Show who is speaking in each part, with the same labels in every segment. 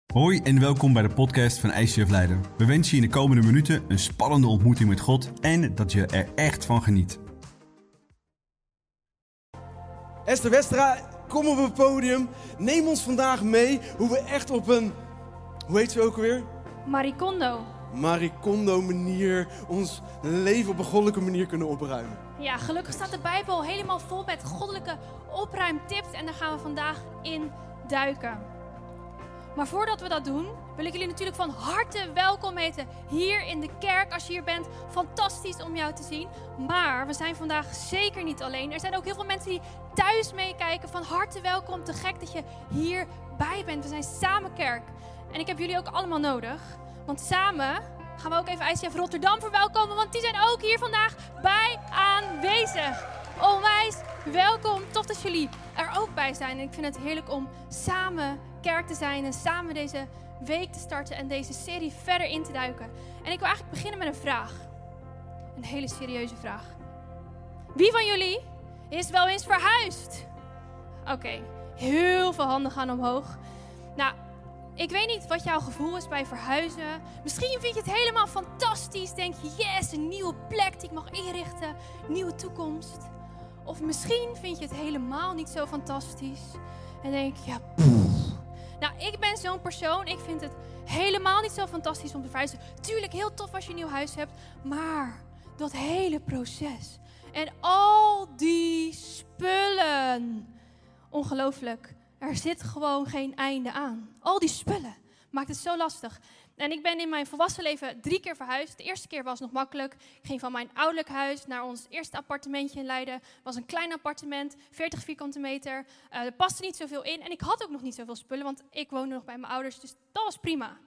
Speaker 1: Hoi en welkom bij de podcast van ICF Leiden. We wensen je in de komende minuten een spannende ontmoeting met God en dat je er echt van geniet.
Speaker 2: Esther Westra, kom op het podium. Neem ons vandaag mee hoe we echt op een, hoe heet ze ook alweer? Marie Kondo manier ons leven op een goddelijke manier kunnen opruimen.
Speaker 3: Ja, gelukkig staat de Bijbel helemaal vol met goddelijke opruimtips en daar gaan we vandaag in duiken. Maar voordat we dat doen, wil ik jullie natuurlijk van harte welkom heten hier in de kerk. Als je hier bent, fantastisch om jou te zien. Maar we zijn vandaag zeker niet alleen. Er zijn ook heel veel mensen die thuis meekijken. Van harte welkom, te gek dat je hierbij bent. We zijn samen kerk. En ik heb jullie ook allemaal nodig. Want samen gaan we ook even ICF Rotterdam verwelkomen. Want die zijn ook hier vandaag bij aanwezig. Onwijs welkom, tof dat jullie er ook bij zijn. En ik vind het heerlijk om samen kerk te zijn en samen deze week te starten en deze serie verder in te duiken. En ik wil eigenlijk beginnen met een vraag. Een hele serieuze vraag. Wie van jullie is wel eens verhuisd? Oké, heel veel handen gaan omhoog. Nou, ik weet niet wat jouw gevoel is bij verhuizen. Misschien vind je het helemaal fantastisch. Denk je, yes, een nieuwe plek die ik mag inrichten. Nieuwe toekomst. Of misschien vind je het helemaal niet zo fantastisch. En denk je, ja, Nou, ik ben zo'n persoon. Ik vind het helemaal niet zo fantastisch om te verhuizen. Tuurlijk heel tof als je een nieuw huis hebt. Maar dat hele proces. En al die spullen. Ongelooflijk. Er zit gewoon geen einde aan. Al die spullen maakt het zo lastig. En ik ben in mijn volwassen leven 3 keer verhuisd. De eerste keer was nog makkelijk. Ik ging van mijn ouderlijk huis naar ons eerste appartementje in Leiden. Het was een klein appartement, 40 vierkante meter. Er paste niet zoveel in. En ik had ook nog niet zoveel spullen, want ik woonde nog bij mijn ouders. Dus dat was prima.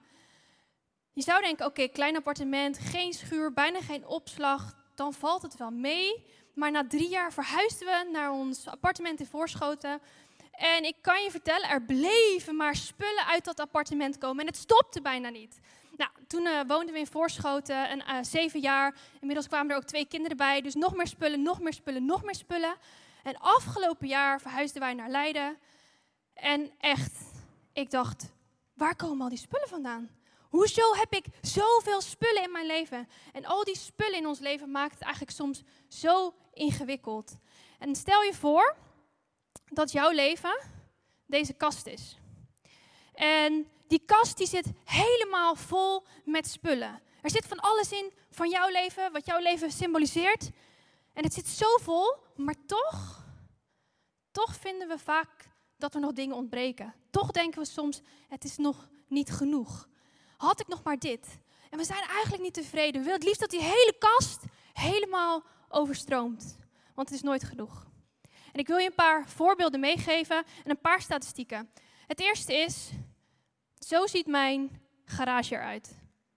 Speaker 3: Je zou denken, oké, klein appartement, geen schuur, bijna geen opslag. Dan valt het wel mee. Maar na 3 jaar verhuisden we naar ons appartement in Voorschoten. En ik kan je vertellen, er bleven maar spullen uit dat appartement komen. En het stopte bijna niet. Nou, toen woonden we in Voorschoten, 7 jaar. Inmiddels kwamen er ook 2 kinderen bij. Dus nog meer spullen, nog meer spullen, nog meer spullen. En afgelopen jaar verhuisden wij naar Leiden. En echt, ik dacht, waar komen al die spullen vandaan? Hoezo heb ik zoveel spullen in mijn leven? En al die spullen in ons leven maakt het eigenlijk soms zo ingewikkeld. En stel je voor dat jouw leven deze kast is. En die kast die zit helemaal vol met spullen. Er zit van alles in van jouw leven, wat jouw leven symboliseert. En het zit zo vol, maar toch vinden we vaak dat er nog dingen ontbreken. Toch denken we soms, het is nog niet genoeg. Had ik nog maar dit? En we zijn eigenlijk niet tevreden. We willen het liefst dat die hele kast helemaal overstroomt. Want het is nooit genoeg. En ik wil je een paar voorbeelden meegeven en een paar statistieken. Het eerste is, zo ziet mijn garage eruit.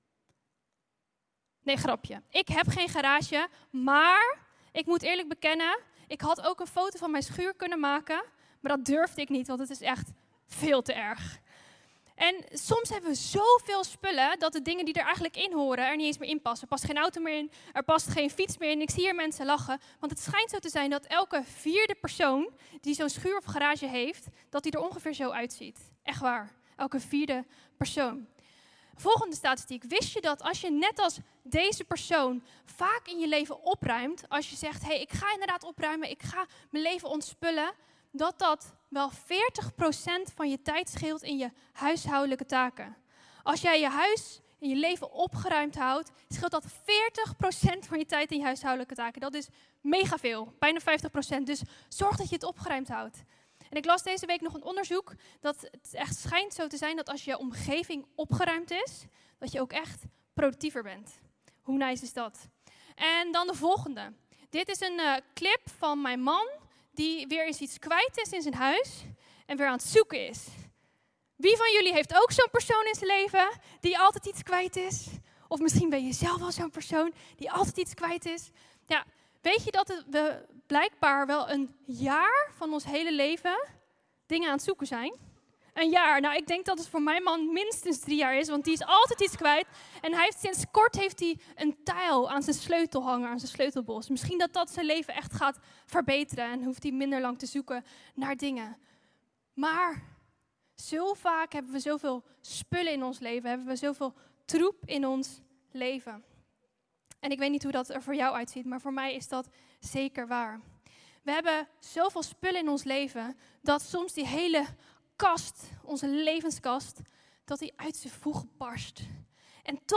Speaker 3: Nee, grapje. Ik heb geen garage, maar ik moet eerlijk bekennen, ik had ook een foto van mijn schuur kunnen maken, maar dat durfde ik niet, want het is echt veel te erg. En soms hebben we zoveel spullen dat de dingen die er eigenlijk in horen er niet eens meer in passen. Er past geen auto meer in, er past geen fiets meer in. Ik zie hier mensen lachen, want het schijnt zo te zijn dat elke 4e persoon die zo'n schuur of garage heeft, dat die er ongeveer zo uitziet. Echt waar, elke 4e persoon. Volgende statistiek. Wist je dat als je net als deze persoon vaak in je leven opruimt, als je zegt, hey, ik ga inderdaad opruimen, ik ga mijn leven ontspullen, dat wel 40% van je tijd scheelt in je huishoudelijke taken. Als jij je huis en je leven opgeruimd houdt, scheelt dat 40% van je tijd in je huishoudelijke taken. Dat is mega veel, bijna 50%. Dus zorg dat je het opgeruimd houdt. En ik las deze week nog een onderzoek dat het echt schijnt zo te zijn dat als je omgeving opgeruimd is, dat je ook echt productiever bent. Hoe nice is dat? En dan de volgende. Dit is een clip van mijn man die weer eens iets kwijt is in zijn huis en weer aan het zoeken is. Wie van jullie heeft ook zo'n persoon in zijn leven die altijd iets kwijt is? Of misschien ben je zelf wel zo'n persoon die altijd iets kwijt is. Ja, weet je dat we blijkbaar wel een jaar van ons hele leven dingen aan het zoeken zijn? Een jaar. Nou, ik denk dat het voor mijn man minstens 3 jaar is, want die is altijd iets kwijt. En sinds kort heeft hij een tijl aan zijn sleutel hangen, aan zijn sleutelbos. Misschien dat zijn leven echt gaat verbeteren en hoeft hij minder lang te zoeken naar dingen. Maar Zo vaak hebben we zoveel spullen in ons leven, hebben we zoveel troep in ons leven. En ik weet niet hoe dat er voor jou uitziet, maar voor mij is dat zeker waar. We hebben zoveel spullen in ons leven, dat soms die hele kast, onze levenskast, dat die uit zijn voegen barst. En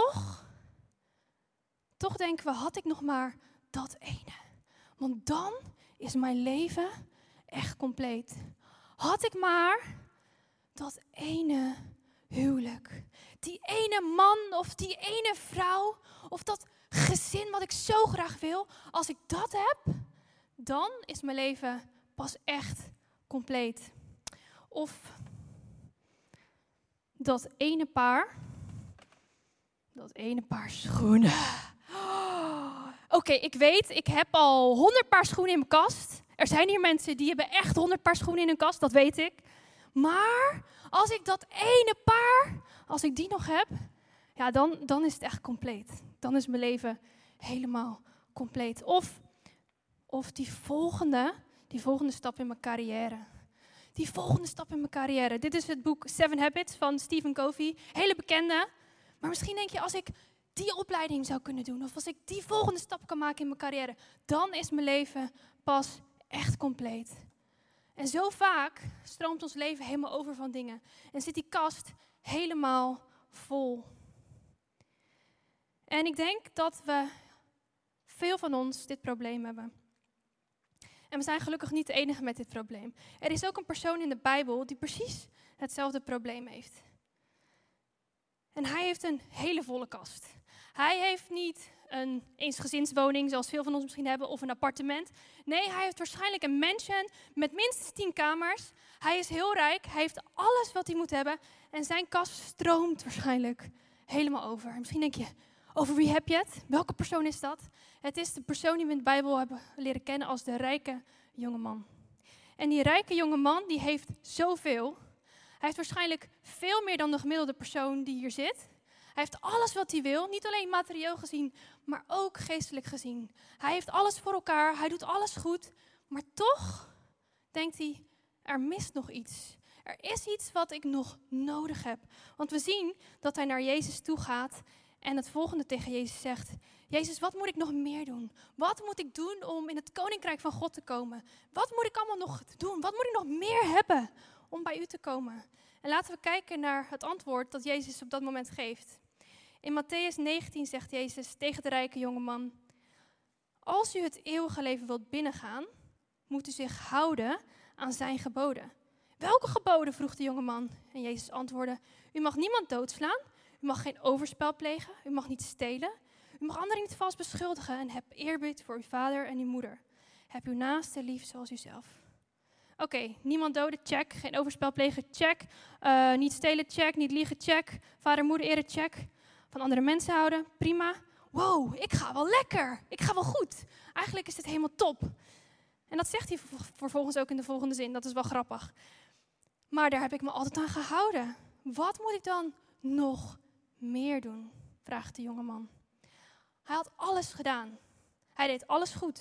Speaker 3: toch denken we, had ik nog maar dat ene. Want dan is mijn leven echt compleet. Had ik maar dat ene huwelijk. Die ene man of die ene vrouw of dat gezin wat ik zo graag wil. Als ik dat heb, dan is mijn leven pas echt compleet. Of dat ene paar schoenen. Oké, ik weet, ik heb al 100 paar schoenen in mijn kast. Er zijn hier mensen die hebben echt 100 paar schoenen in hun kast, dat weet ik. Maar als ik dat ene paar, als ik die nog heb, ja, dan is het echt compleet. Dan is mijn leven helemaal compleet. Of die volgende stap in mijn carrière. Die volgende stap in mijn carrière. Dit is het boek 7 Habits van Stephen Covey. Hele bekende. Maar misschien denk je, als ik die opleiding zou kunnen doen, of als ik die volgende stap kan maken in mijn carrière, dan is mijn leven pas echt compleet. En zo vaak stroomt ons leven helemaal over van dingen. En zit die kast helemaal vol. En ik denk dat veel van ons dit probleem hebben. En we zijn gelukkig niet de enige met dit probleem. Er is ook een persoon in de Bijbel die precies hetzelfde probleem heeft. En hij heeft een hele volle kast. Hij heeft niet een eensgezinswoning, zoals veel van ons misschien hebben, of een appartement. Nee, hij heeft waarschijnlijk een mansion met minstens 10 kamers. Hij is heel rijk, hij heeft alles wat hij moet hebben. En zijn kast stroomt waarschijnlijk helemaal over. En misschien denk je, over wie heb je het? Welke persoon is dat? Het is de persoon die we in de Bijbel hebben leren kennen als de rijke jongeman. En die rijke jongeman, die heeft zoveel. Hij heeft waarschijnlijk veel meer dan de gemiddelde persoon die hier zit. Hij heeft alles wat hij wil, niet alleen materieel gezien, maar ook geestelijk gezien. Hij heeft alles voor elkaar, hij doet alles goed, maar toch denkt hij, er mist nog iets. Er is iets wat ik nog nodig heb. Want we zien dat hij naar Jezus toe gaat en het volgende tegen Jezus zegt. Jezus, wat moet ik nog meer doen? Wat moet ik doen om in het koninkrijk van God te komen? Wat moet ik allemaal nog doen? Wat moet ik nog meer hebben om bij u te komen? En laten we kijken naar het antwoord dat Jezus op dat moment geeft. In Mattheüs 19 zegt Jezus tegen de rijke jongeman: als u het eeuwige leven wilt binnengaan, moet u zich houden aan zijn geboden. Welke geboden? Vroeg de jongeman. En Jezus antwoordde: u mag niemand doodslaan, u mag geen overspel plegen, u mag niet stelen, u mag anderen niet vals beschuldigen en heb eerbied voor uw vader en uw moeder. Heb uw naaste lief zoals uzelf. Oké, niemand doden, check. Geen overspel plegen, check. Niet stelen, check. Niet liegen, check. Vader, moeder eren, check. Van andere mensen houden, prima. Wow, ik ga wel lekker. Ik ga wel goed. Eigenlijk is dit helemaal top. En dat zegt hij vervolgens ook in de volgende zin. Dat is wel grappig. Maar daar heb ik me altijd aan gehouden. Wat moet ik dan nog meer doen? Vraagt de jongeman. Hij had alles gedaan. Hij deed alles goed.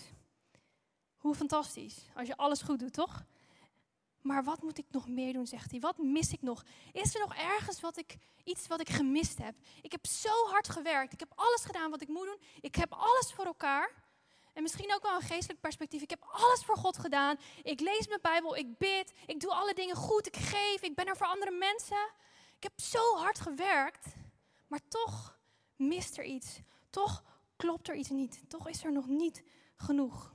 Speaker 3: Hoe fantastisch, als je alles goed doet, toch? Maar wat moet ik nog meer doen, zegt hij. Wat mis ik nog? Is er nog ergens iets wat ik gemist heb? Ik heb zo hard gewerkt. Ik heb alles gedaan wat ik moet doen. Ik heb alles voor elkaar. En misschien ook wel een geestelijk perspectief. Ik heb alles voor God gedaan. Ik lees mijn Bijbel, ik bid. Ik doe alle dingen goed, ik geef. Ik ben er voor andere mensen. Ik heb zo hard gewerkt. Maar toch mist er iets. Toch klopt er iets niet. Toch is er nog niet genoeg.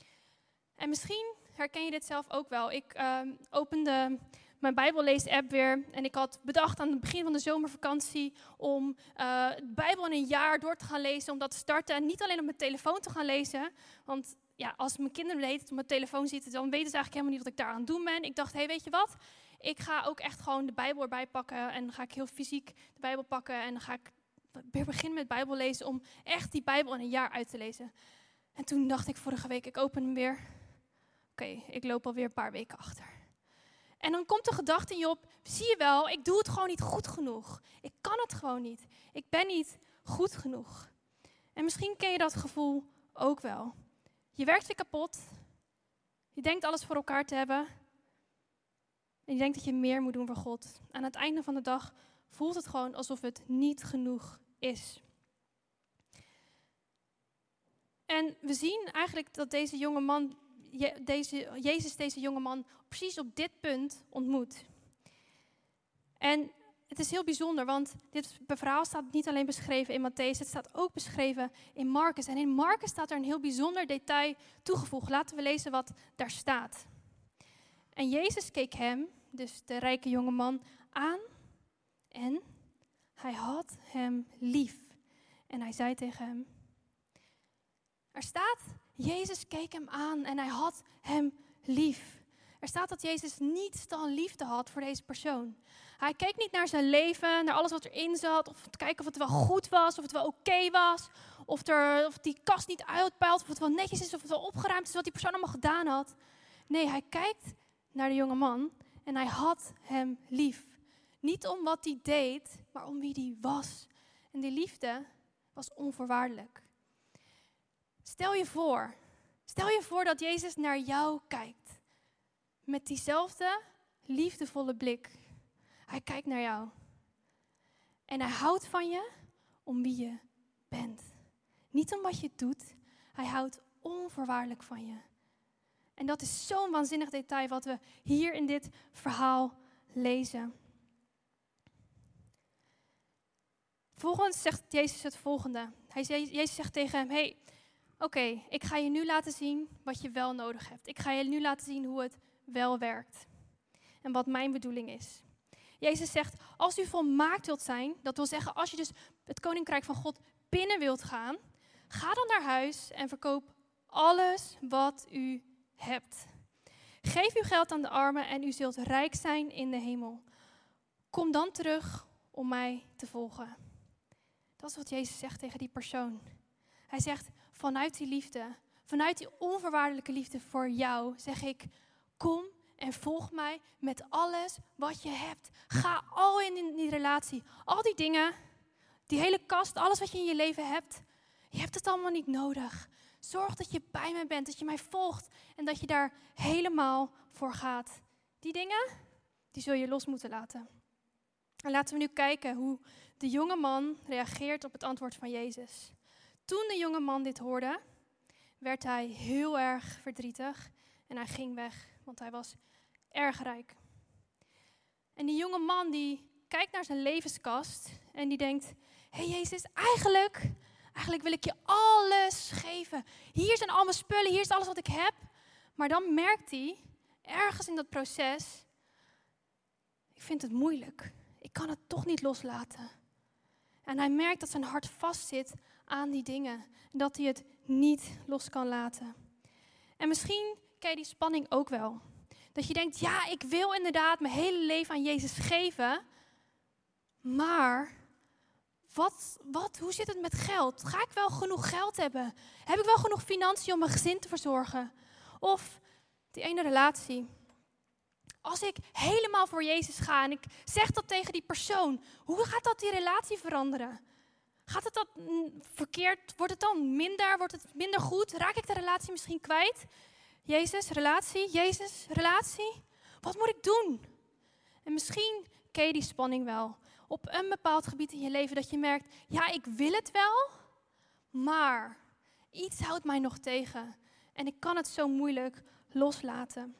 Speaker 3: En misschien herken je dit zelf ook wel. Ik opende mijn Bijbellees-app weer. En ik had bedacht aan het begin van de zomervakantie om de Bijbel in een jaar door te gaan lezen. Om dat te starten. En niet alleen op mijn telefoon te gaan lezen. Want ja, als mijn kinderen de hele tijd op mijn telefoon zitten, dan weten ze eigenlijk helemaal niet wat ik daar aan het doen ben. Ik dacht, weet je wat? Ik ga ook echt gewoon de Bijbel erbij pakken. En dan ga ik heel fysiek de Bijbel pakken. En dan ga ik weer beginnen met Bijbel lezen om echt die Bijbel in een jaar uit te lezen. En toen dacht ik vorige week, ik open hem weer. Oké, ik loop alweer een paar weken achter. En dan komt de gedachte in je op, zie je wel, ik doe het gewoon niet goed genoeg. Ik kan het gewoon niet. Ik ben niet goed genoeg. En misschien ken je dat gevoel ook wel. Je werkt je kapot. Je denkt alles voor elkaar te hebben. En je denkt dat je meer moet doen voor God. Aan het einde van de dag voelt het gewoon alsof het niet genoeg is. En we zien eigenlijk dat Jezus deze jonge man precies op dit punt ontmoet. En het is heel bijzonder, want dit verhaal staat niet alleen beschreven in Mattheüs, het staat ook beschreven in Marcus. En in Marcus staat er een heel bijzonder detail toegevoegd. Laten we lezen wat daar staat. En Jezus keek hem, dus de rijke jonge man, aan en hij had hem lief. En hij zei tegen hem, er staat, Jezus keek hem aan en hij had hem lief. Er staat dat Jezus niets dan liefde had voor deze persoon. Hij keek niet naar zijn leven, naar alles wat erin zat, of te kijken of het wel goed was, of het wel oké was, of die kast niet uitpuilt, of het wel netjes is, of het wel opgeruimd is, wat die persoon allemaal gedaan had. Nee, hij kijkt naar de jonge man en hij had hem lief. Niet om wat hij deed, maar om wie hij was. En die liefde was onvoorwaardelijk. Stel je voor dat Jezus naar jou kijkt. Met diezelfde liefdevolle blik. Hij kijkt naar jou. En hij houdt van je om wie je bent. Niet om wat je doet. Hij houdt onvoorwaardelijk van je. En dat is zo'n waanzinnig detail wat we hier in dit verhaal lezen. Vervolgens zegt Jezus het volgende. Jezus zegt tegen hem, hey, oké, ik ga je nu laten zien wat je wel nodig hebt. Ik ga je nu laten zien hoe het wel werkt. En wat mijn bedoeling is. Jezus zegt, als u volmaakt wilt zijn, dat wil zeggen als je dus het koninkrijk van God binnen wilt gaan, ga dan naar huis en verkoop alles wat u hebt. Geef uw geld aan de armen en u zult rijk zijn in de hemel. Kom dan terug om mij te volgen. Dat is wat Jezus zegt tegen die persoon. Hij zegt, vanuit die liefde, vanuit die onvoorwaardelijke liefde voor jou, zeg ik, kom en volg mij met alles wat je hebt. Ga al in die relatie, al die dingen, die hele kast, alles wat je in je leven hebt. Je hebt het allemaal niet nodig. Zorg dat je bij mij bent, dat je mij volgt en dat je daar helemaal voor gaat. Die dingen, die zul je los moeten laten. En laten we nu kijken hoe de jonge man reageert op het antwoord van Jezus. Toen de jonge man dit hoorde, werd hij heel erg verdrietig en hij ging weg, want hij was erg rijk. En die jonge man die kijkt naar zijn levenskast en die denkt, hé Jezus, eigenlijk wil ik je alles geven. Hier zijn al mijn spullen, hier is alles wat ik heb. Maar dan merkt hij, ergens in dat proces, ik vind het moeilijk. Ik kan het toch niet loslaten. En hij merkt dat zijn hart vastzit aan die dingen. En dat hij het niet los kan laten. En misschien ken je die spanning ook wel. Dat je denkt, ja, ik wil inderdaad mijn hele leven aan Jezus geven. Maar hoe zit het met geld? Ga ik wel genoeg geld hebben? Heb ik wel genoeg financiën om mijn gezin te verzorgen? Of die ene relatie. Als ik helemaal voor Jezus ga en ik zeg dat tegen die persoon, hoe gaat dat die relatie veranderen? Gaat het dan verkeerd? Wordt het dan minder? Wordt het minder goed? Raak ik de relatie misschien kwijt? Jezus, relatie. Wat moet ik doen? En misschien ken je die spanning wel. Op een bepaald gebied in je leven dat je merkt, ja, ik wil het wel, maar iets houdt mij nog tegen. En ik kan het zo moeilijk loslaten.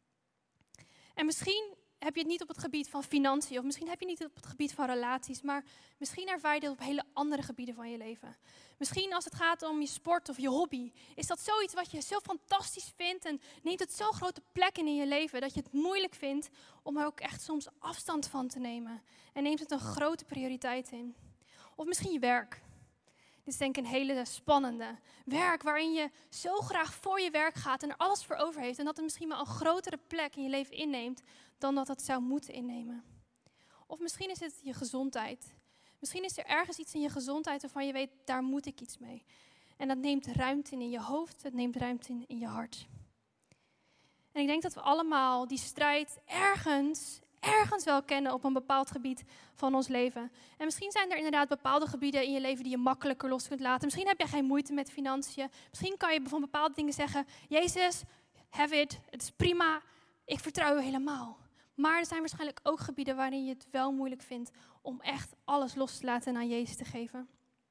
Speaker 3: En misschien heb je het niet op het gebied van financiën, of misschien heb je het niet op het gebied van relaties, maar misschien ervaar je dit op hele andere gebieden van je leven. Misschien als het gaat om je sport of je hobby, is dat zoiets wat je zo fantastisch vindt en neemt het zo'n grote plek in je leven, dat je het moeilijk vindt om er ook echt soms afstand van te nemen. En neemt het een grote prioriteit in. Of misschien je werk. Dit is denk ik een hele spannende. Werk waarin je zo graag voor je werk gaat en er alles voor over heeft. En dat het misschien wel een grotere plek in je leven inneemt dan dat het zou moeten innemen. Of misschien is het je gezondheid. Misschien is er ergens iets in je gezondheid waarvan je weet, daar moet ik iets mee. En dat neemt ruimte in je hoofd, het neemt ruimte in je hart. En ik denk dat we allemaal die strijd ergens wel kennen op een bepaald gebied van ons leven. En misschien zijn er inderdaad bepaalde gebieden in je leven die je makkelijker los kunt laten. Misschien heb jij geen moeite met financiën. Misschien kan je van bepaalde dingen zeggen, Jezus, have it, het is prima, ik vertrouw u helemaal. Maar er zijn waarschijnlijk ook gebieden waarin je het wel moeilijk vindt om echt alles los te laten en aan Jezus te geven.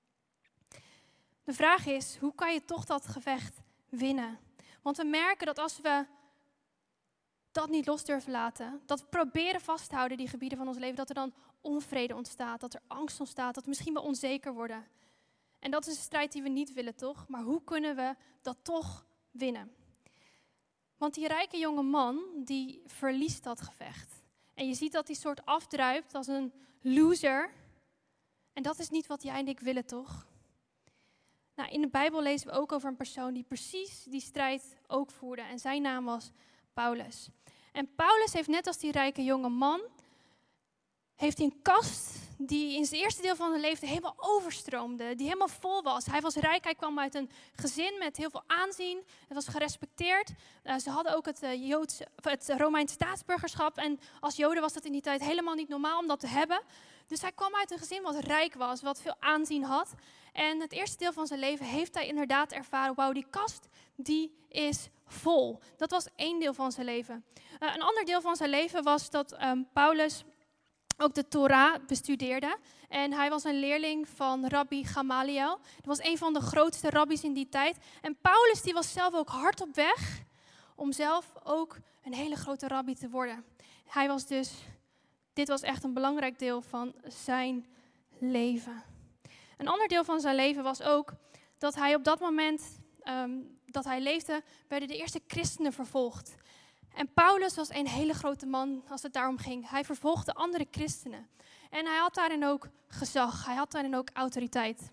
Speaker 3: De vraag is, hoe kan je toch dat gevecht winnen? Want we merken dat als we dat niet los durven laten, dat we proberen vast te houden die gebieden van ons leven, dat er dan onvrede ontstaat, dat er angst ontstaat, dat we misschien wel onzeker worden. En dat is een strijd die we niet willen, toch? Maar hoe kunnen we dat toch winnen? Want die rijke jonge man, die verliest dat gevecht. En je ziet dat hij soort afdruipt als een loser. En dat is niet wat jij en ik willen, toch? Nou, in de Bijbel lezen we ook over een persoon die precies die strijd ook voerde. En zijn naam was Paulus. En Paulus heeft net als die rijke jonge man, heeft hij een kast die in zijn eerste deel van zijn leven helemaal overstroomde. Die helemaal vol was. Hij was rijk, hij kwam uit een gezin met heel veel aanzien. Het was gerespecteerd. Ze hadden ook het Romeins staatsburgerschap. En als Joden was dat in die tijd helemaal niet normaal om dat te hebben. Dus hij kwam uit een gezin wat rijk was, wat veel aanzien had. En het eerste deel van zijn leven heeft hij inderdaad ervaren, wauw, die kast, die is vol. Dat was één deel van zijn leven. Een ander deel van zijn leven was dat Paulus ook de Torah bestudeerde. En hij was een leerling van Rabbi Gamaliel. Dat was een van de grootste rabbies in die tijd. En Paulus die was zelf ook hard op weg om zelf ook een hele grote rabbi te worden. Dit was echt een belangrijk deel van zijn leven. Een ander deel van zijn leven was ook dat hij op dat moment dat hij leefde, werden de eerste christenen vervolgd. En Paulus was een hele grote man als het daarom ging. Hij vervolgde andere christenen. En hij had daarin ook gezag. Hij had daarin ook autoriteit.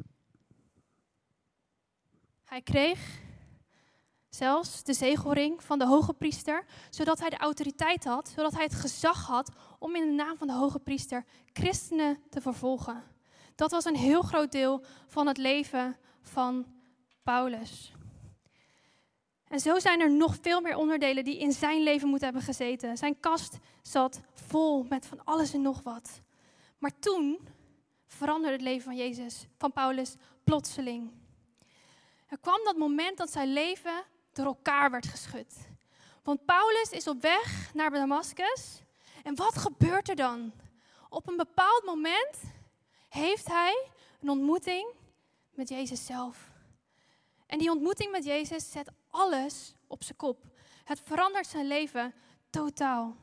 Speaker 3: Hij kreeg zelfs de zegelring van de hoge priester, zodat hij de autoriteit had, zodat hij het gezag had om in de naam van de hoge priester christenen te vervolgen. Dat was een heel groot deel van het leven van Paulus. En zo zijn er nog veel meer onderdelen die in zijn leven moeten hebben gezeten. Zijn kast zat vol met van alles en nog wat. Maar toen veranderde het leven van Paulus plotseling. Er kwam dat moment dat zijn leven door elkaar werd geschud. Want Paulus is op weg naar Damascus. En wat gebeurt er dan? Op een bepaald moment heeft hij een ontmoeting met Jezus zelf. En die ontmoeting met Jezus zet alles op zijn kop. Het verandert zijn leven totaal.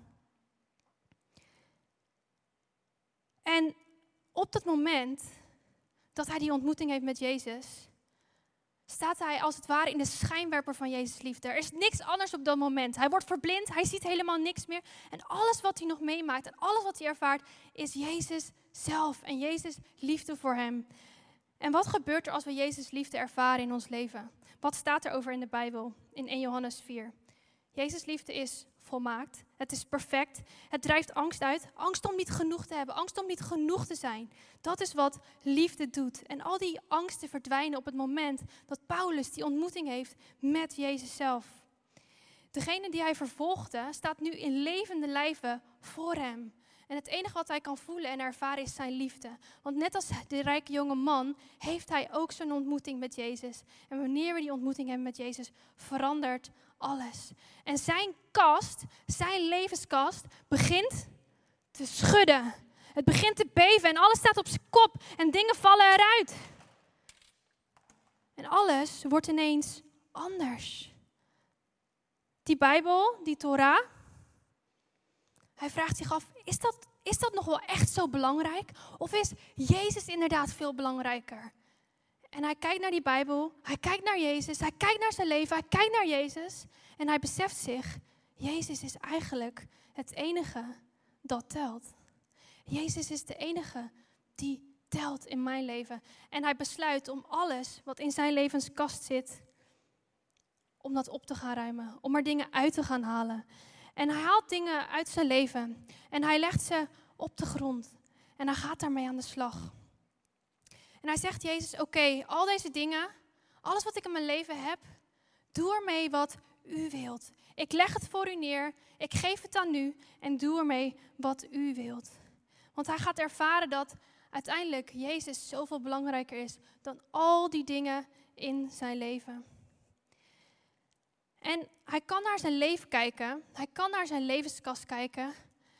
Speaker 3: En op dat moment dat hij die ontmoeting heeft met Jezus, staat hij als het ware in de schijnwerper van Jezus' liefde. Er is niks anders op dat moment. Hij wordt verblind, hij ziet helemaal niks meer. En alles wat hij nog meemaakt en alles wat hij ervaart is Jezus zelf en Jezus' liefde voor hem. En wat gebeurt er als we Jezus' liefde ervaren in ons leven? Wat staat er over in de Bijbel? In 1 Johannes 4. Jezus' liefde is volmaakt. Het is perfect. Het drijft angst uit. Angst om niet genoeg te hebben. Angst om niet genoeg te zijn. Dat is wat liefde doet. En al die angsten verdwijnen op het moment dat Paulus die ontmoeting heeft met Jezus zelf. Degene die hij vervolgde staat nu in levende lijven voor hem. En het enige wat hij kan voelen en ervaren is zijn liefde. Want net als de rijke jonge man heeft hij ook zo'n ontmoeting met Jezus. En wanneer we die ontmoeting hebben met Jezus, verandert alles. En zijn kast, zijn levenskast, begint te schudden. Het begint te beven en alles staat op zijn kop en dingen vallen eruit. En alles wordt ineens anders. Die Bijbel, die Torah, hij vraagt zich af, is dat nog wel echt zo belangrijk? Of is Jezus inderdaad veel belangrijker? En hij kijkt naar die Bijbel, hij kijkt naar Jezus, hij kijkt naar zijn leven, hij kijkt naar Jezus. En hij beseft zich, Jezus is eigenlijk het enige dat telt. Jezus is de enige die telt in mijn leven. En hij besluit om alles wat in zijn levenskast zit, om dat op te gaan ruimen, om er dingen uit te gaan halen. En hij haalt dingen uit zijn leven en hij legt ze op de grond. En hij gaat daarmee aan de slag. En hij zegt, Jezus, oké, al deze dingen, alles wat ik in mijn leven heb, doe ermee wat u wilt. Ik leg het voor u neer, ik geef het aan u en doe ermee wat u wilt. Want hij gaat ervaren dat uiteindelijk Jezus zoveel belangrijker is dan al die dingen in zijn leven. En hij kan naar zijn leven kijken. Hij kan naar zijn levenskast kijken.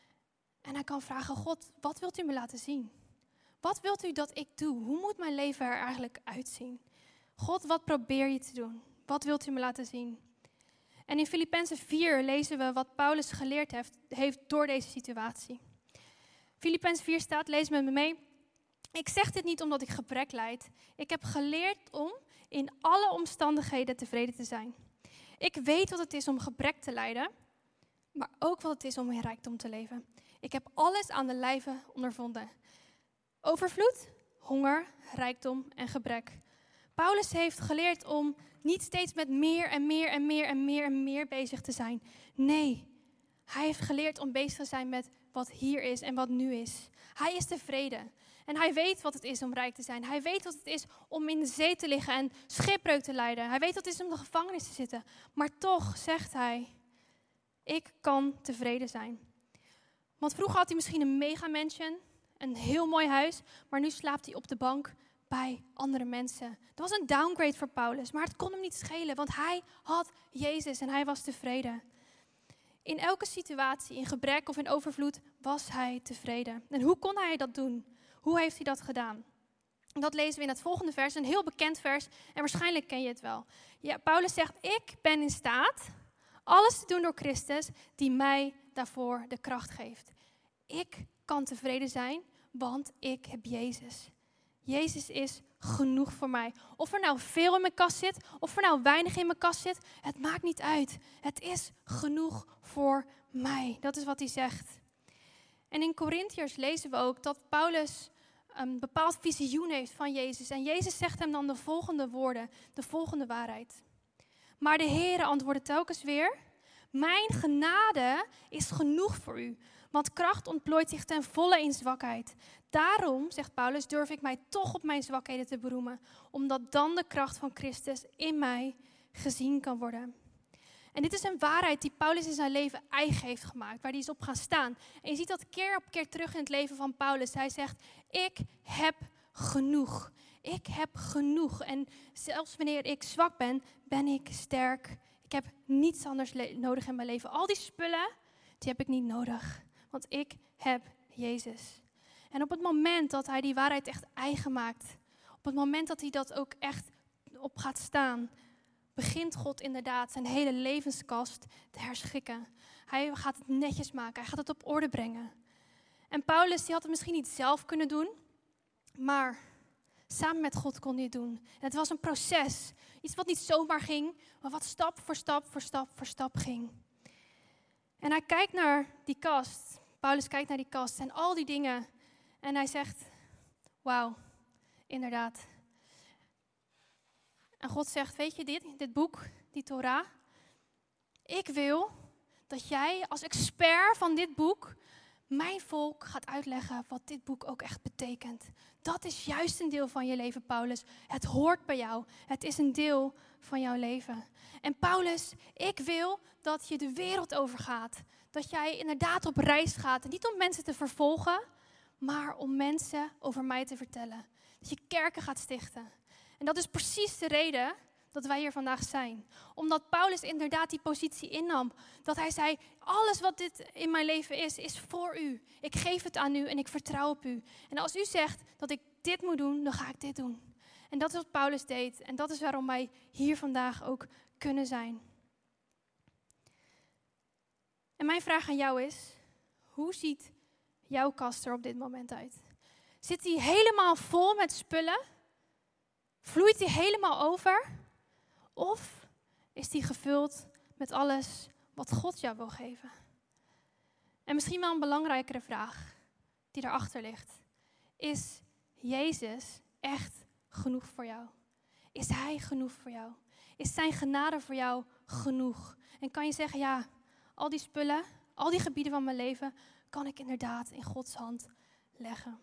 Speaker 3: En hij kan vragen, God, wat wilt u me laten zien? Wat wilt u dat ik doe? Hoe moet mijn leven er eigenlijk uitzien? God, wat probeer je te doen? Wat wilt u me laten zien? En in Filippenzen 4 lezen we wat Paulus geleerd heeft door deze situatie. Filippenzen 4 staat, lees met me mee. Ik zeg dit niet omdat ik gebrek lijd. Ik heb geleerd om in alle omstandigheden tevreden te zijn. Ik weet wat het is om gebrek te lijden, maar ook wat het is om in rijkdom te leven. Ik heb alles aan de lijve ondervonden. Overvloed, honger, rijkdom en gebrek. Paulus heeft geleerd om niet steeds met meer en meer en meer en meer en meer bezig te zijn. Nee, hij heeft geleerd om bezig te zijn met wat hier is en wat nu is. Hij is tevreden. En hij weet wat het is om rijk te zijn. Hij weet wat het is om in de zee te liggen en schipbreuk te lijden. Hij weet wat het is om in de gevangenis te zitten. Maar toch zegt hij, ik kan tevreden zijn. Want vroeger had hij misschien een megamansion, een heel mooi huis, maar nu slaapt hij op de bank bij andere mensen. Dat was een downgrade voor Paulus, maar het kon hem niet schelen, want hij had Jezus en hij was tevreden. In elke situatie, in gebrek of in overvloed, was hij tevreden. En hoe kon hij dat doen? Hoe heeft hij dat gedaan? Dat lezen we in het volgende vers, een heel bekend vers en waarschijnlijk ken je het wel. Ja, Paulus zegt, ik ben in staat alles te doen door Christus die mij daarvoor de kracht geeft. Ik kan tevreden zijn, want ik heb Jezus. Jezus is genoeg voor mij. Of er nou veel in mijn kast zit, of er nou weinig in mijn kast zit, het maakt niet uit. Het is genoeg voor mij. Dat is wat hij zegt. En in Korintiërs lezen we ook dat Paulus een bepaald visioen heeft van Jezus. En Jezus zegt hem dan de volgende woorden, de volgende waarheid. Maar de Heere antwoordde telkens weer, mijn genade is genoeg voor u. Want kracht ontplooit zich ten volle in zwakheid. Daarom, zegt Paulus, durf ik mij toch op mijn zwakheden te beroemen. Omdat dan de kracht van Christus in mij gezien kan worden. En dit is een waarheid die Paulus in zijn leven eigen heeft gemaakt. Waar hij is op gaan staan. En je ziet dat keer op keer terug in het leven van Paulus. Hij zegt, ik heb genoeg. Ik heb genoeg. En zelfs wanneer ik zwak ben, ben ik sterk. Ik heb niets anders nodig in mijn leven. Al die spullen, die heb ik niet nodig. Want ik heb Jezus. En op het moment dat hij die waarheid echt eigen maakt, op het moment dat hij dat ook echt op gaat staan, begint God inderdaad zijn hele levenskast te herschikken. Hij gaat het netjes maken, hij gaat het op orde brengen. En Paulus die had het misschien niet zelf kunnen doen, maar samen met God kon hij het doen. En het was een proces, iets wat niet zomaar ging, maar wat stap voor stap ging. En hij kijkt naar die kast. Paulus kijkt naar die kast en al die dingen. En hij zegt, wauw, inderdaad. En God zegt, weet je dit boek, die Torah. Ik wil dat jij als expert van dit boek mijn volk gaat uitleggen wat dit boek ook echt betekent. Dat is juist een deel van je leven, Paulus. Het hoort bij jou. Het is een deel van jouw leven. En Paulus, ik wil dat je de wereld overgaat. Dat jij inderdaad op reis gaat. Niet om mensen te vervolgen, maar om mensen over mij te vertellen. Dat je kerken gaat stichten. En dat is precies de reden dat wij hier vandaag zijn. Omdat Paulus inderdaad die positie innam. Dat hij zei, alles wat dit in mijn leven is voor u. Ik geef het aan u en ik vertrouw op u. En als u zegt dat ik dit moet doen, dan ga ik dit doen. En dat is wat Paulus deed. En dat is waarom wij hier vandaag ook kunnen zijn. En mijn vraag aan jou is, hoe ziet jouw kast er op dit moment uit? Zit die helemaal vol met spullen? Vloeit die helemaal over? Of is die gevuld met alles wat God jou wil geven? En misschien wel een belangrijkere vraag die daarachter ligt. Is Jezus echt genoeg voor jou? Is Hij genoeg voor jou? Is zijn genade voor jou genoeg? En kan je zeggen, ja, al die spullen, al die gebieden van mijn leven, kan ik inderdaad in Gods hand leggen.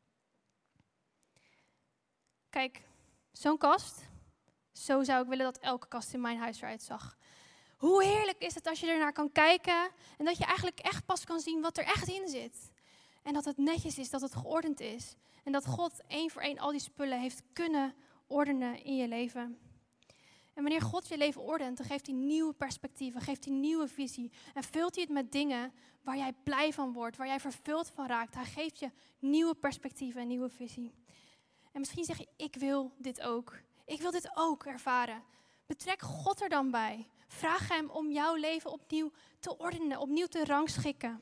Speaker 3: Kijk, zo'n kast, zo zou ik willen dat elke kast in mijn huis eruit zag. Hoe heerlijk is het als je ernaar kan kijken en dat je eigenlijk echt pas kan zien wat er echt in zit. En dat het netjes is, dat het geordend is. En dat God 1 voor 1 al die spullen heeft kunnen ordenen in je leven. En wanneer God je leven ordent, dan geeft hij nieuwe perspectieven, geeft hij nieuwe visie. En vult hij het met dingen waar jij blij van wordt, waar jij vervuld van raakt. Hij geeft je nieuwe perspectieven en nieuwe visie. En misschien zeg je, ik wil dit ook. Ik wil dit ook ervaren. Betrek God er dan bij. Vraag hem om jouw leven opnieuw te ordenen, opnieuw te rangschikken.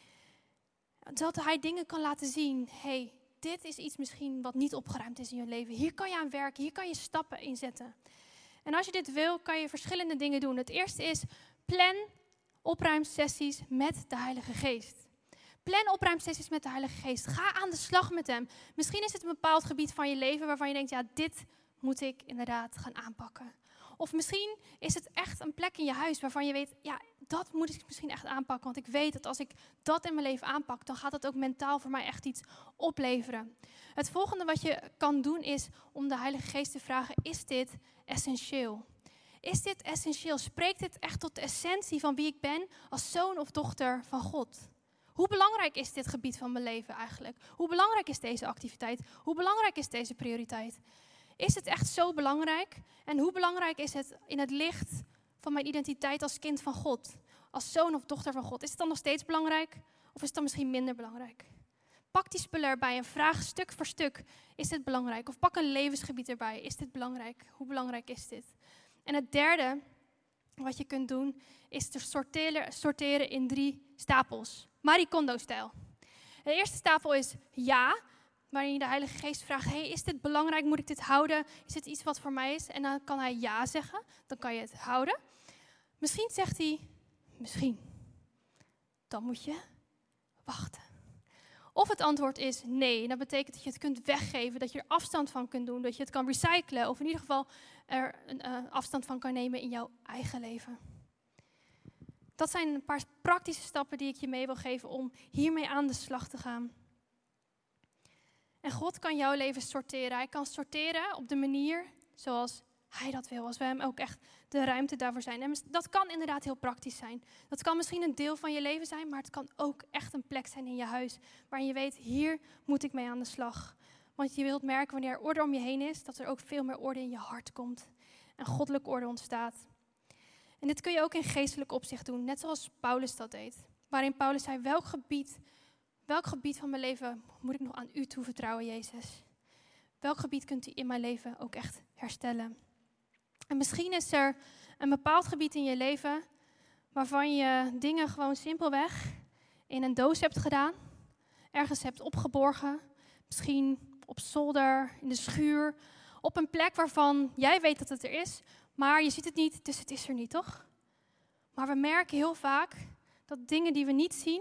Speaker 3: Zodat hij dingen kan laten zien. Hey, dit is iets misschien wat niet opgeruimd is in je leven. Hier kan je aan werken, hier kan je stappen inzetten. En als je dit wil, kan je verschillende dingen doen. Het eerste is, plan opruimsessies met de Heilige Geest. Plan opruimsessies met de Heilige Geest. Ga aan de slag met hem. Misschien is het een bepaald gebied van je leven waarvan je denkt, ja, dit moet ik inderdaad gaan aanpakken. Of misschien is het echt een plek in je huis waarvan je weet, ja, dat moet ik misschien echt aanpakken. Want ik weet dat als ik dat in mijn leven aanpak, dan gaat dat ook mentaal voor mij echt iets opleveren. Het volgende wat je kan doen is om de Heilige Geest te vragen, is dit essentieel? Is dit essentieel? Spreekt dit echt tot de essentie van wie ik ben als zoon of dochter van God? Hoe belangrijk is dit gebied van mijn leven eigenlijk? Hoe belangrijk is deze activiteit? Hoe belangrijk is deze prioriteit? Is het echt zo belangrijk? En hoe belangrijk is het in het licht van mijn identiteit als kind van God? Als zoon of dochter van God? Is het dan nog steeds belangrijk? Of is het dan misschien minder belangrijk? Pak die spullen erbij en vraag stuk voor stuk, is dit belangrijk? Of pak een levensgebied erbij, is dit belangrijk? Hoe belangrijk is dit? En het derde wat je kunt doen, is te sorteren in 3 stapels. Marie Kondo-stijl. De eerste stapel is ja, waarin je de Heilige Geest vraagt, hey, is dit belangrijk? Moet ik dit houden? Is dit iets wat voor mij is? En dan kan hij ja zeggen, dan kan je het houden. Misschien zegt hij, misschien. Dan moet je wachten. Of het antwoord is nee. En dat betekent dat je het kunt weggeven, dat je er afstand van kunt doen, dat je het kan recyclen. Of in ieder geval er een afstand van kan nemen in jouw eigen leven. Dat zijn een paar praktische stappen die ik je mee wil geven om hiermee aan de slag te gaan. En God kan jouw leven sorteren. Hij kan sorteren op de manier zoals hij dat wil. Als we hem ook echt de ruimte daarvoor zijn. En dat kan inderdaad heel praktisch zijn. Dat kan misschien een deel van je leven zijn, maar het kan ook echt een plek zijn in je huis. Waarin je weet, hier moet ik mee aan de slag. Want je wilt merken wanneer er orde om je heen is, dat er ook veel meer orde in je hart komt. En goddelijke orde ontstaat. En dit kun je ook in geestelijk opzicht doen, net zoals Paulus dat deed. Waarin Paulus zei, welk gebied van mijn leven moet ik nog aan u toevertrouwen, Jezus? Welk gebied kunt u in mijn leven ook echt herstellen? En misschien is er een bepaald gebied in je leven waarvan je dingen gewoon simpelweg in een doos hebt gedaan. Ergens hebt opgeborgen. Misschien op zolder, in de schuur. Op een plek waarvan jij weet dat het er is, maar je ziet het niet, dus het is er niet, toch? Maar we merken heel vaak dat dingen die we niet zien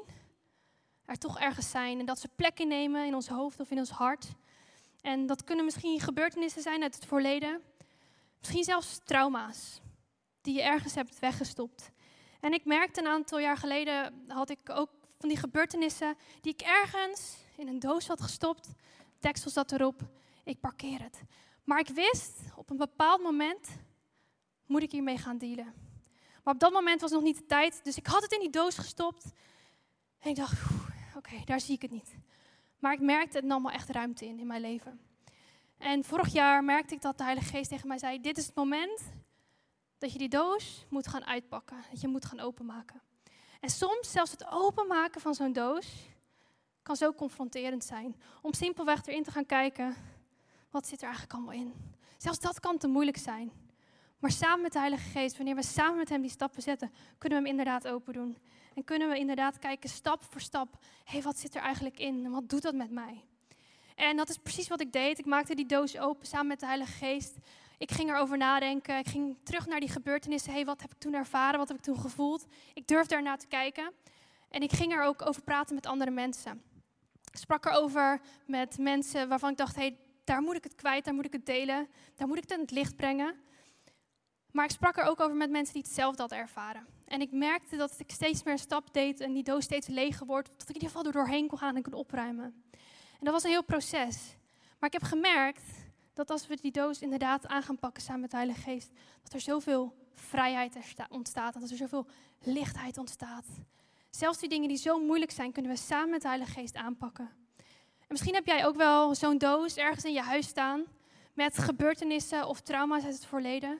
Speaker 3: er toch ergens zijn. En dat ze plek innemen in ons hoofd of in ons hart. En dat kunnen misschien gebeurtenissen zijn uit het verleden. Misschien zelfs trauma's die je ergens hebt weggestopt. En ik merkte een aantal jaar geleden, had ik ook van die gebeurtenissen die ik ergens in een doos had gestopt. Deksel zat erop, ik parkeer het. Maar ik wist, op een bepaald moment moet ik hiermee gaan dealen. Maar op dat moment was nog niet de tijd, dus ik had het in die doos gestopt. En ik dacht, oké, daar zie ik het niet. Maar ik merkte, het nam wel echt ruimte in mijn leven. En vorig jaar merkte ik dat de Heilige Geest tegen mij zei, dit is het moment dat je die doos moet gaan uitpakken. Dat je moet gaan openmaken. En soms, zelfs het openmaken van zo'n doos, kan zo confronterend zijn. Om simpelweg erin te gaan kijken, wat zit er eigenlijk allemaal in? Zelfs dat kan te moeilijk zijn. Maar samen met de Heilige Geest, wanneer we samen met hem die stappen zetten, kunnen we hem inderdaad open doen. En kunnen we inderdaad kijken, stap voor stap, hé, wat zit er eigenlijk in? En wat doet dat met mij? En dat is precies wat ik deed. Ik maakte die doos open samen met de Heilige Geest. Ik ging erover nadenken. Ik ging terug naar die gebeurtenissen. Hé, wat heb ik toen ervaren? Wat heb ik toen gevoeld? Ik durfde ernaar te kijken. En ik ging er ook over praten met andere mensen. Ik sprak erover met mensen waarvan ik dacht, hé, daar moet ik het kwijt, daar moet ik het delen. Daar moet ik het in het licht brengen. Maar ik sprak er ook over met mensen die hetzelfde hadden ervaren. En ik merkte dat ik steeds meer een stap deed en die doos steeds leger wordt. Dat ik in ieder geval er doorheen kon gaan en kon opruimen. En dat was een heel proces. Maar ik heb gemerkt dat als we die doos inderdaad aan gaan pakken samen met de Heilige Geest, dat er zoveel vrijheid ontstaat en dat er zoveel lichtheid ontstaat. Zelfs die dingen die zo moeilijk zijn, kunnen we samen met de Heilige Geest aanpakken. En misschien heb jij ook wel zo'n doos ergens in je huis staan met gebeurtenissen of trauma's uit het verleden.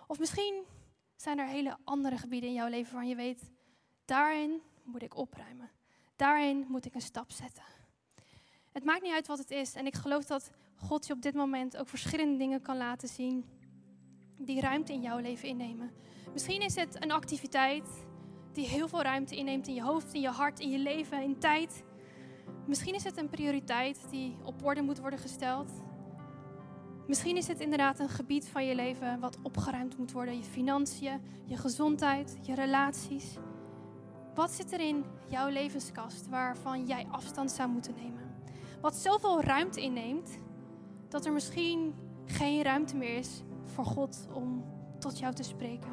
Speaker 3: Of misschien zijn er hele andere gebieden in jouw leven waarvan je weet, daarin moet ik opruimen. Daarin moet ik een stap zetten. Het maakt niet uit wat het is. En ik geloof dat God je op dit moment ook verschillende dingen kan laten zien die ruimte in jouw leven innemen. Misschien is het een activiteit die heel veel ruimte inneemt in je hoofd, in je hart, in je leven, in tijd. Misschien is het een prioriteit die op orde moet worden gesteld. Misschien is het inderdaad een gebied van je leven wat opgeruimd moet worden. Je financiën, je gezondheid, je relaties. Wat zit er in jouw levenskast waarvan jij afstand zou moeten nemen? Wat zoveel ruimte inneemt, dat er misschien geen ruimte meer is voor God om tot jou te spreken.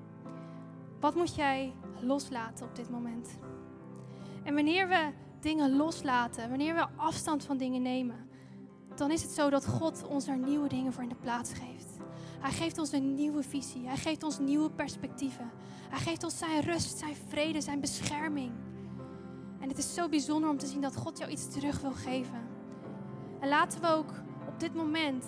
Speaker 3: Wat moet jij loslaten op dit moment? En wanneer we dingen loslaten, wanneer we afstand van dingen nemen, dan is het zo dat God ons er nieuwe dingen voor in de plaats geeft. Hij geeft ons een nieuwe visie. Hij geeft ons nieuwe perspectieven. Hij geeft ons zijn rust, zijn vrede, zijn bescherming. En het is zo bijzonder om te zien dat God jou iets terug wil geven. En laten we ook op dit moment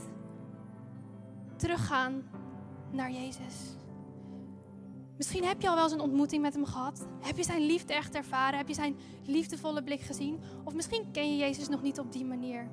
Speaker 3: teruggaan naar Jezus. Misschien heb je al wel eens een ontmoeting met hem gehad. Heb je zijn liefde echt ervaren? Heb je zijn liefdevolle blik gezien? Of misschien ken je Jezus nog niet op die manier.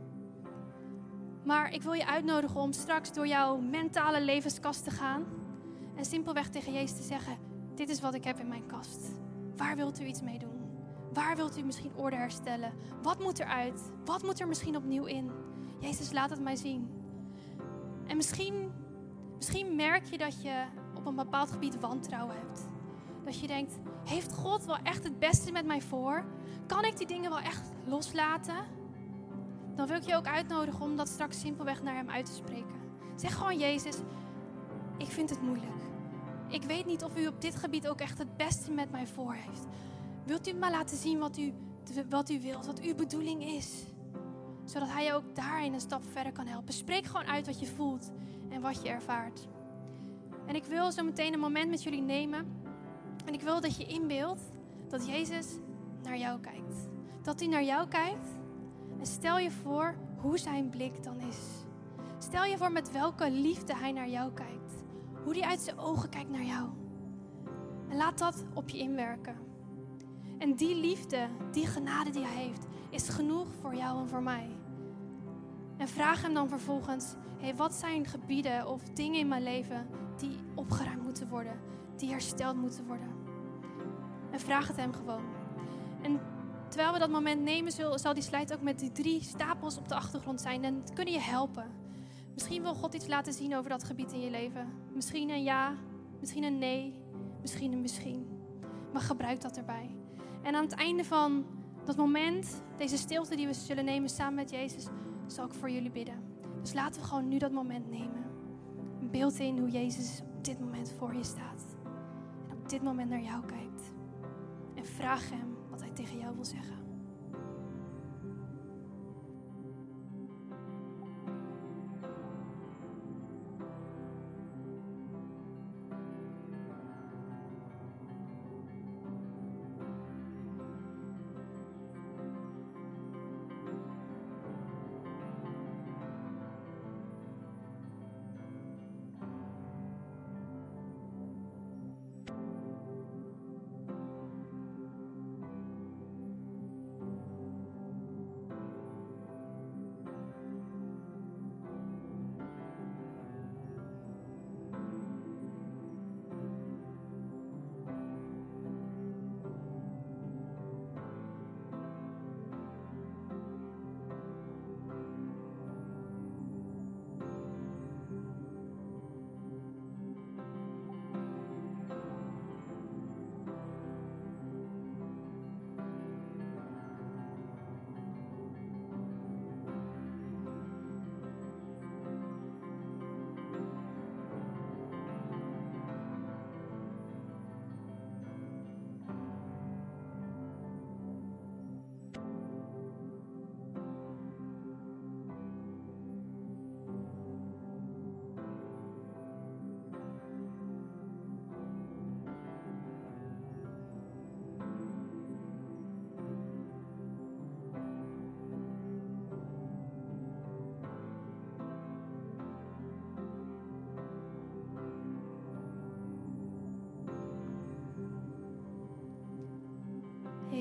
Speaker 3: Maar ik wil je uitnodigen om straks door jouw mentale levenskast te gaan. En simpelweg tegen Jezus te zeggen, dit is wat ik heb in mijn kast. Waar wilt u iets mee doen? Waar wilt u misschien orde herstellen? Wat moet eruit? Wat moet er misschien opnieuw in? Jezus, laat het mij zien. En misschien merk je dat je op een bepaald gebied wantrouwen hebt. Dat je denkt, heeft God wel echt het beste met mij voor? Kan ik die dingen wel echt loslaten? Dan wil ik je ook uitnodigen om dat straks simpelweg naar hem uit te spreken. Zeg gewoon, Jezus, ik vind het moeilijk. Ik weet niet of u op dit gebied ook echt het beste met mij voor heeft. Wilt u me laten zien wat u wilt, wat uw bedoeling is? Zodat hij je ook daarin een stap verder kan helpen. Spreek gewoon uit wat je voelt en wat je ervaart. En ik wil zo meteen een moment met jullie nemen. En ik wil dat je inbeeldt dat Jezus naar jou kijkt. Dat hij naar jou kijkt. En stel je voor hoe zijn blik dan is. Stel je voor met welke liefde hij naar jou kijkt. Hoe hij uit zijn ogen kijkt naar jou. En laat dat op je inwerken. En die liefde, die genade die hij heeft, is genoeg voor jou en voor mij. En vraag hem dan vervolgens, wat zijn gebieden of dingen in mijn leven die opgeruimd moeten worden, die hersteld moeten worden. En vraag het hem gewoon. En terwijl we dat moment nemen, zal die slide ook met die 3 stapels op de achtergrond zijn. En het kunnen je helpen. Misschien wil God iets laten zien over dat gebied in je leven. Misschien een ja, misschien een nee, misschien een misschien. Maar gebruik dat erbij. En aan het einde van dat moment, deze stilte die we zullen nemen samen met Jezus, zal ik voor jullie bidden. Dus laten we gewoon nu dat moment nemen. Een beeld in hoe Jezus op dit moment voor je staat. En op dit moment naar jou kijkt. En vraag hem wat hij tegen jou wil zeggen.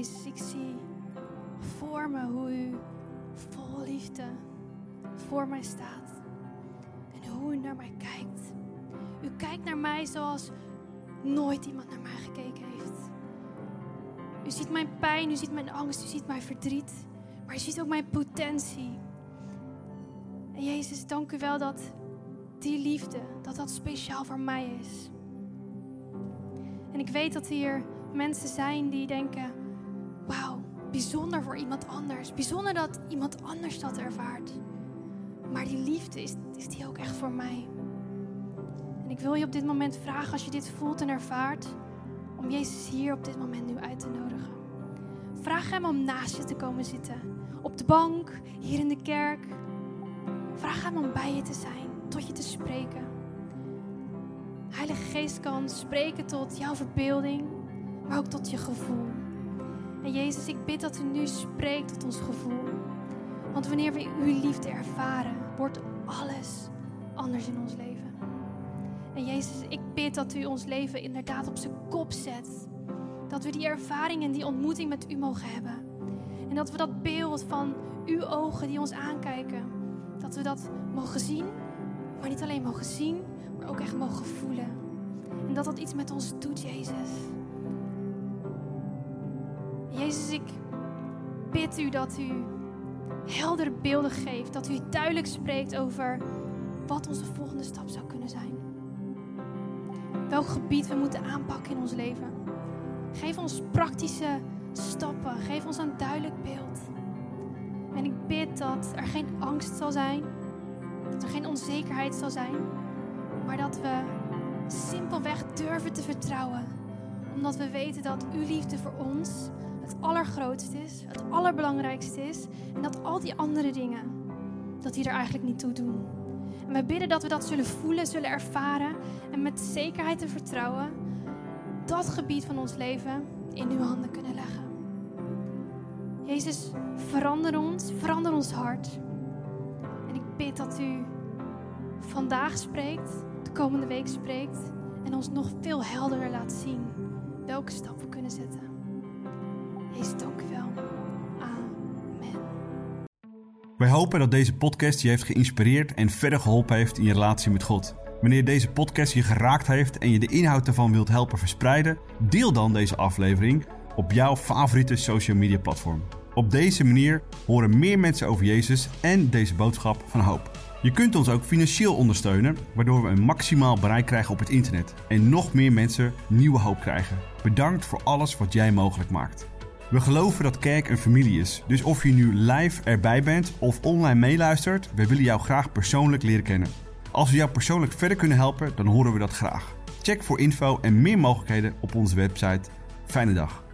Speaker 3: Jezus, ik zie voor me hoe u vol liefde voor mij staat. En hoe u naar mij kijkt. U kijkt naar mij zoals nooit iemand naar mij gekeken heeft. U ziet mijn pijn, u ziet mijn angst, u ziet mijn verdriet. Maar u ziet ook mijn potentie. En Jezus, dank u wel dat die liefde, dat speciaal voor mij is. En ik weet dat hier mensen zijn die denken, wauw, bijzonder voor iemand anders. Bijzonder dat iemand anders dat ervaart. Maar die liefde, is die ook echt voor mij? En ik wil je op dit moment vragen, als je dit voelt en ervaart, om Jezus hier op dit moment nu uit te nodigen. Vraag hem om naast je te komen zitten. Op de bank, hier in de kerk. Vraag hem om bij je te zijn, tot je te spreken. Heilige Geest kan spreken tot jouw verbeelding, maar ook tot je gevoel. En Jezus, ik bid dat u nu spreekt tot ons gevoel. Want wanneer we uw liefde ervaren, wordt alles anders in ons leven. En Jezus, ik bid dat u ons leven inderdaad op zijn kop zet. Dat we die ervaring en die ontmoeting met u mogen hebben. En dat we dat beeld van uw ogen die ons aankijken, dat we dat mogen zien, maar niet alleen mogen zien, maar ook echt mogen voelen. En dat iets met ons doet, Jezus. Jezus, ik bid u dat u heldere beelden geeft. Dat u duidelijk spreekt over wat onze volgende stap zou kunnen zijn. Welk gebied we moeten aanpakken in ons leven. Geef ons praktische stappen. Geef ons een duidelijk beeld. En ik bid dat er geen angst zal zijn. Dat er geen onzekerheid zal zijn. Maar dat we simpelweg durven te vertrouwen. Omdat we weten dat uw liefde voor ons het allergrootste is. Het allerbelangrijkste is. En dat al die andere dingen, dat die er eigenlijk niet toe doen. En we bidden dat we dat zullen voelen, zullen ervaren. En met zekerheid en vertrouwen dat gebied van ons leven in uw handen kunnen leggen. Jezus, verander ons hart. En ik bid dat u vandaag spreekt, de komende week spreekt en ons nog veel helderder laat zien welke stap we kunnen zetten. Jezus, dank u wel. Amen.
Speaker 1: Wij hopen dat deze podcast je heeft geïnspireerd en verder geholpen heeft in je relatie met God. Wanneer deze podcast je geraakt heeft en je de inhoud ervan wilt helpen verspreiden, deel dan deze aflevering op jouw favoriete social media platform. Op deze manier horen meer mensen over Jezus en deze boodschap van hoop. Je kunt ons ook financieel ondersteunen, waardoor we een maximaal bereik krijgen op het internet en nog meer mensen nieuwe hoop krijgen. Bedankt voor alles wat jij mogelijk maakt. We geloven dat kerk een familie is, dus of je nu live erbij bent of online meeluistert, we willen jou graag persoonlijk leren kennen. Als we jou persoonlijk verder kunnen helpen, dan horen we dat graag. Check voor info en meer mogelijkheden op onze website. Fijne dag.